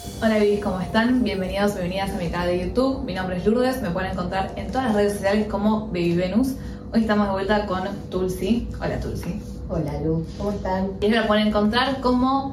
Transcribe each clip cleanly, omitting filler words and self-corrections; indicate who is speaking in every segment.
Speaker 1: Hola Vivis, ¿cómo están? Bienvenidos o bienvenidas a mi canal de YouTube. Mi nombre es Lourdes, me pueden encontrar en todas las redes sociales como BabyVenus. Hoy estamos de vuelta con Tulsi. Hola Tulsi.
Speaker 2: Hola Lu, ¿cómo están?
Speaker 1: Y me pueden encontrar como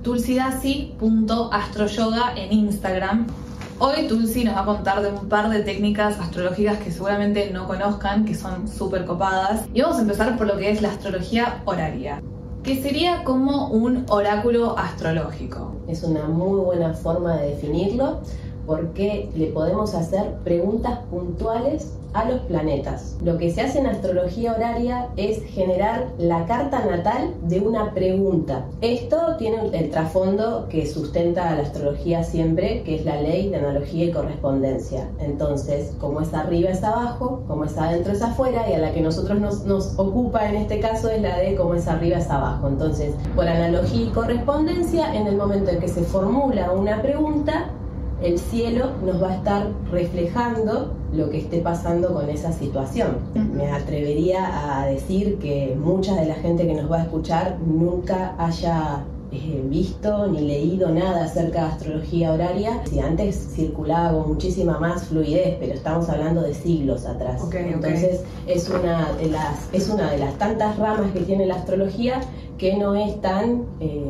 Speaker 1: tulsidasi.astroyoga en Instagram. Hoy Tulsi nos va a contar de un par de técnicas astrológicas que seguramente no conozcan, que son súper copadas. Y vamos a empezar por lo que es la astrología horaria, que sería como un oráculo astrológico.
Speaker 2: Es una muy buena forma de definirlo porque le podemos hacer preguntas puntuales a los planetas. Lo que se hace en astrología horaria es generar la carta natal de una pregunta. Esto tiene el trasfondo que sustenta a la astrología siempre, que es la ley de analogía y correspondencia. Entonces, como es arriba es abajo, como es adentro es afuera, y a la que nosotros nos ocupa en este caso es la de como es arriba es abajo. Entonces, por analogía y correspondencia, en el momento en que se formula una pregunta, el cielo nos va a estar reflejando lo que esté pasando con esa situación. Me atrevería a decir que mucha de la gente que nos va a escuchar nunca haya visto ni leído nada acerca de astrología horaria. Si antes circulaba con muchísima más fluidez, pero estamos hablando de siglos atrás. Entonces es una de las tantas ramas que tiene la astrología que no es tan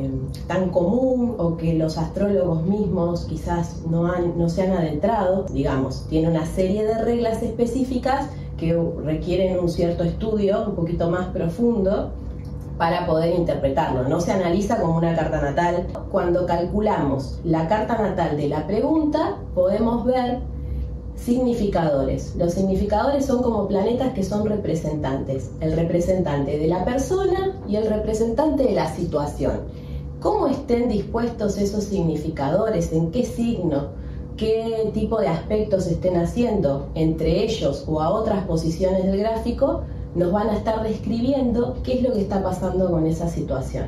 Speaker 2: común, o que los astrólogos mismos quizás no se han adentrado. Digamos, tiene una serie de reglas específicas que requieren un cierto estudio un poquito más profundo para poder interpretarlo. No se analiza como una carta natal. Cuando calculamos la carta natal de la pregunta, podemos ver significadores. Los significadores son como planetas que son representantes. El representante de la persona y el representante de la situación. ¿Cómo estén dispuestos esos significadores? ¿En qué signo? ¿Qué tipo de aspectos estén haciendo entre ellos o a otras posiciones del gráfico? Nos van a estar describiendo qué es lo que está pasando con esa situación.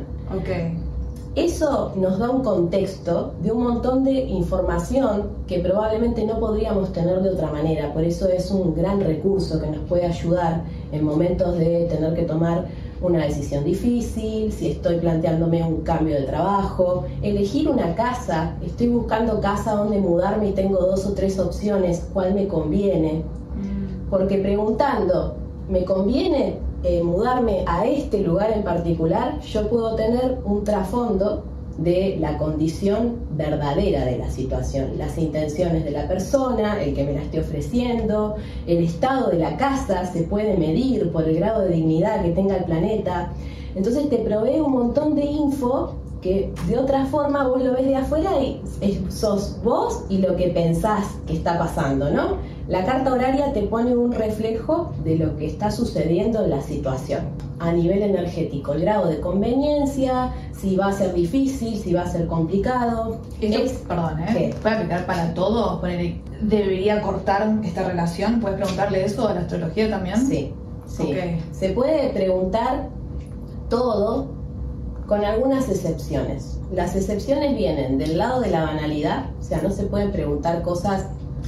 Speaker 2: Eso nos da un contexto de un montón de información que probablemente no podríamos tener de otra manera. Por eso es un gran recurso que nos puede ayudar en momentos de tener que tomar una decisión difícil, si estoy planteándome un cambio de trabajo, elegir una casa, estoy buscando casa donde mudarme y tengo 2 o 3 opciones, ¿cuál me conviene? Porque preguntando, ¿me conviene mudarme a este lugar en particular? Yo puedo tener un trasfondo de la condición verdadera de la situación, las intenciones de la persona, el que me la esté ofreciendo, el estado de la casa se puede medir por el grado de dignidad que tenga el planeta. Entonces te provee un montón de info que de otra forma vos lo ves de afuera y sos vos y lo que pensás que está pasando, ¿no? La carta horaria te pone un reflejo de lo que está sucediendo en la situación. A nivel energético, el grado de conveniencia, si va a ser difícil, si va a ser complicado.
Speaker 1: ¿Puede aplicar para todo? ¿Debería cortar esta relación? ¿Puedes preguntarle eso a la astrología también?
Speaker 2: Sí. Se puede preguntar todo, con algunas excepciones. Las excepciones vienen del lado de la banalidad, o sea, no se pueden preguntar cosas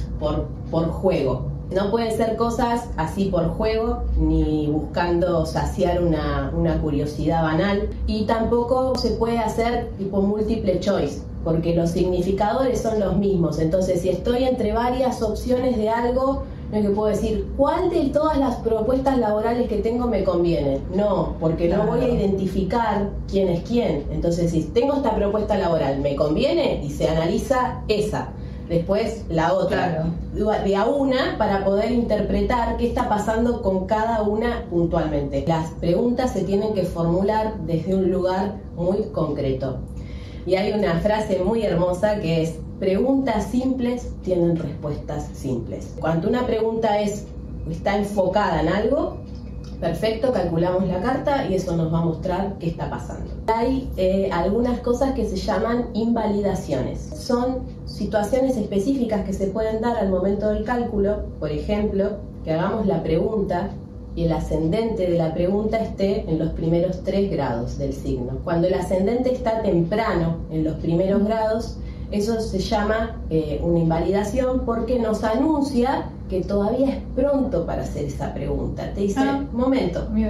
Speaker 2: por juego. No pueden ser cosas así por juego, ni buscando saciar una curiosidad banal. Y tampoco se puede hacer tipo multiple choice, porque los significadores son los mismos. Entonces, si estoy entre varias opciones de algo, no es que puedo decir, ¿cuál de todas las propuestas laborales que tengo me conviene? No, porque no voy a identificar quién es quién. Entonces, si tengo esta propuesta laboral, ¿me conviene? Y se analiza esa. Después la otra, de a una, para poder interpretar qué está pasando con cada una puntualmente. Las preguntas se tienen que formular desde un lugar muy concreto. Y hay una frase muy hermosa que es: preguntas simples tienen respuestas simples. Cuando una pregunta está enfocada en algo, perfecto, calculamos la carta y eso nos va a mostrar qué está pasando. Hay algunas cosas que se llaman invalidaciones. Son situaciones específicas que se pueden dar al momento del cálculo. Por ejemplo, que hagamos la pregunta y el ascendente de la pregunta esté en los primeros 3 grados del signo. Cuando el ascendente está temprano en los primeros grados, eso se llama una invalidación, porque nos anuncia que todavía es pronto para hacer esa pregunta. Te dice, momento,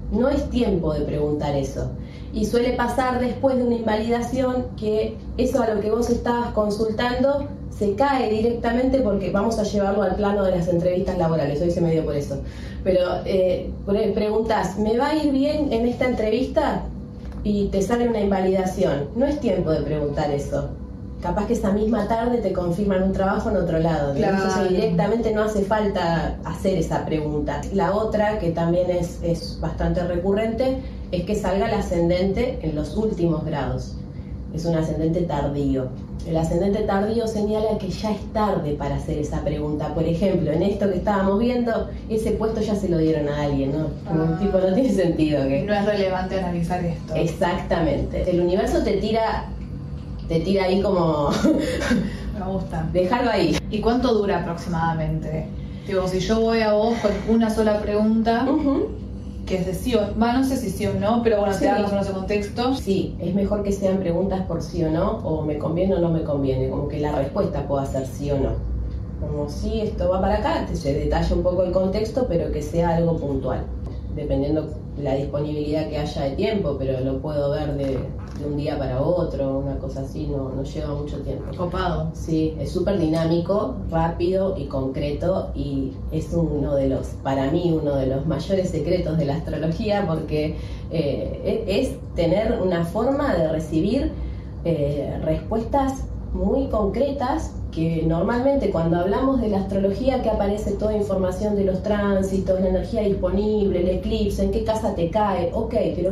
Speaker 2: no es tiempo de preguntar eso. Y suele pasar después de una invalidación que eso a lo que vos estabas consultando se cae directamente, porque vamos a llevarlo al plano de las entrevistas laborales, hoy se me dio por eso. Pero preguntás, ¿me va a ir bien en esta entrevista? Y te sale una invalidación. No es tiempo de preguntar eso. Capaz que esa misma tarde te confirman un trabajo en otro lado.
Speaker 1: Claro.
Speaker 2: Entonces directamente no hace falta hacer esa pregunta. La otra, que también es bastante recurrente, es que salga el ascendente en los últimos grados. Es un ascendente tardío. El ascendente tardío señala que ya es tarde para hacer esa pregunta. Por ejemplo, en esto que estábamos viendo, ese puesto ya se lo dieron a alguien, ¿no? Tipo, no tiene sentido que...
Speaker 1: No es relevante analizar esto.
Speaker 2: Exactamente. El universo te tira ahí como...
Speaker 1: Me gusta.
Speaker 2: Déjalo ahí.
Speaker 1: ¿Y cuánto dura aproximadamente? Digo, si yo voy a vos con una sola pregunta, que es de sí o no sé si sí o no, pero bueno,
Speaker 2: Sí.
Speaker 1: te das más o menos el contexto.
Speaker 2: Sí, es mejor que sean preguntas por sí o no, o me conviene o no me conviene, como que la respuesta pueda ser sí o no. Como si esto va para acá, se detalla un poco el contexto, pero que sea algo puntual, dependiendo la disponibilidad que haya de tiempo, pero lo puedo ver de un día para otro, una cosa así, no lleva mucho tiempo.
Speaker 1: Copado.
Speaker 2: Sí, es súper dinámico, rápido y concreto, y es para mí uno de los mayores secretos de la astrología, porque es tener una forma de recibir respuestas muy concretas, que normalmente cuando hablamos de la astrología, que aparece toda información de los tránsitos, la energía disponible, el eclipse, en qué casa te cae, ok, pero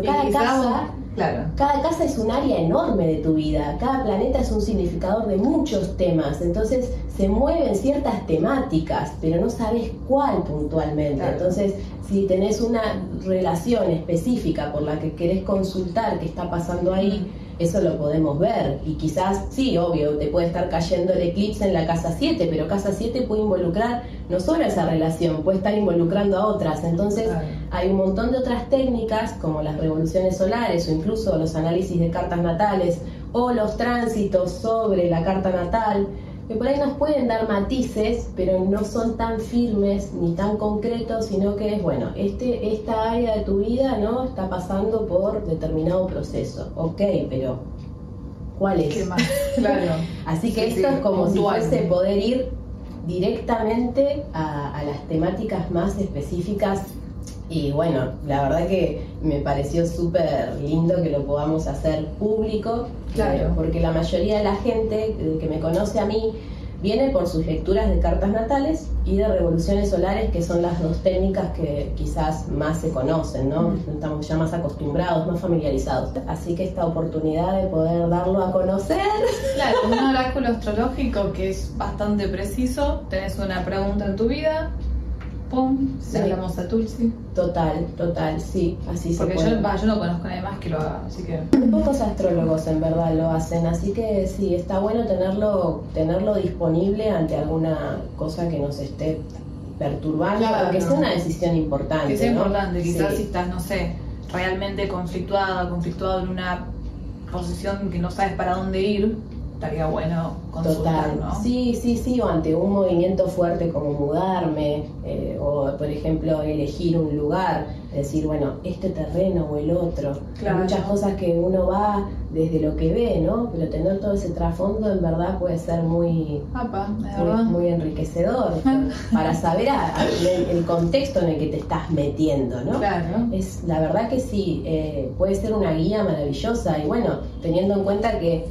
Speaker 2: cada casa es un área enorme de tu vida, cada planeta es un significador de muchos temas, entonces se mueven ciertas temáticas, pero no sabes cuál puntualmente.
Speaker 1: Claro.
Speaker 2: Entonces, si tenés una relación específica por la que querés consultar qué está pasando ahí, eso lo podemos ver. Y quizás, sí, obvio, te puede estar cayendo el eclipse en la casa 7, pero casa 7 puede involucrar no solo esa relación, puede estar involucrando a otras. Entonces,
Speaker 1: claro,
Speaker 2: hay un montón de otras técnicas, como las revoluciones solares, o incluso los análisis de cartas natales, o los tránsitos sobre la carta natal, que por ahí nos pueden dar matices, pero no son tan firmes ni tan concretos, sino que es, bueno, esta área de tu vida, ¿no?, está pasando por determinado proceso. Ok, pero ¿cuál es?
Speaker 1: ¿Qué más? Claro.
Speaker 2: Así que
Speaker 1: Sí,
Speaker 2: esto
Speaker 1: sí,
Speaker 2: es como
Speaker 1: puntual.
Speaker 2: si fuese poder ir directamente a las temáticas más específicas. Y bueno, la verdad que me pareció súper lindo que lo podamos hacer público,
Speaker 1: Claro.
Speaker 2: porque la mayoría de la gente que me conoce a mí viene por sus lecturas de cartas natales y de revoluciones solares, que son las dos técnicas que quizás más se conocen, ¿no? Estamos ya más acostumbrados, más familiarizados. Así que esta oportunidad de poder darlo a conocer...
Speaker 1: Claro, un oráculo astrológico que es bastante preciso. Tenés una pregunta en tu vida, pum,
Speaker 2: Sí.
Speaker 1: hablamos a Tulsi.
Speaker 2: Total, sí, así
Speaker 1: Porque
Speaker 2: se puede.
Speaker 1: yo no conozco a nadie más que lo haga, así que...
Speaker 2: Pocos astrólogos en verdad lo hacen, así que sí, está bueno tenerlo disponible ante alguna cosa que nos esté perturbando,
Speaker 1: Claro.
Speaker 2: o que sea una decisión importante.
Speaker 1: Que sea
Speaker 2: ¿no?
Speaker 1: importante, quizás
Speaker 2: Sí.
Speaker 1: si estás, no sé, realmente conflictuado en una posición que no sabes para dónde ir, estaría bueno consultar,
Speaker 2: Total,
Speaker 1: ¿no?
Speaker 2: sí, o ante un movimiento fuerte como mudarme, o por ejemplo elegir un lugar, decir, bueno, este terreno o el otro.
Speaker 1: Claro.
Speaker 2: Hay muchas cosas que uno va desde lo que ve, ¿no? Pero tener todo ese trasfondo en verdad puede ser muy muy enriquecedor para saber el contexto en el que te estás metiendo, ¿no?
Speaker 1: Claro.
Speaker 2: La verdad que sí, puede ser una guía maravillosa, y bueno, teniendo en cuenta que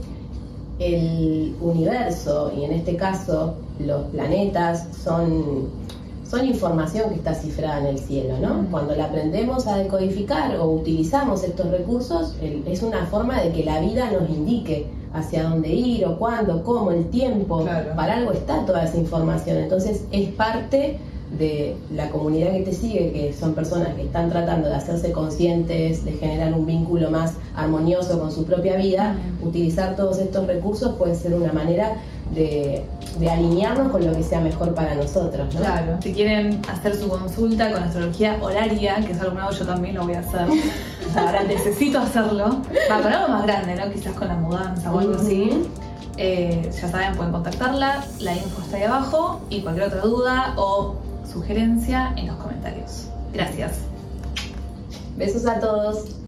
Speaker 2: el universo, y en este caso los planetas, son información que está cifrada en el cielo, ¿no? Cuando la aprendemos a decodificar o utilizamos estos recursos, es una forma de que la vida nos indique hacia dónde ir, o cuándo, cómo, el tiempo.
Speaker 1: Claro.
Speaker 2: Para algo está toda esa información, entonces es parte de la comunidad que te sigue, que son personas que están tratando de hacerse conscientes, de generar un vínculo más armonioso con su propia vida. Utilizar todos estos recursos puede ser una manera de alinearnos con lo que sea mejor para nosotros, ¿no?
Speaker 1: Claro. Si quieren hacer su consulta con astrología horaria, que es algo nuevo, yo también lo voy a hacer. Ahora necesito hacerlo. Para algo más grande, ¿no? Quizás con la mudanza o algo así. Ya saben, pueden contactarla. La info está ahí abajo. Y cualquier otra duda o sugerencia en los comentarios. Gracias.
Speaker 2: Besos a todos.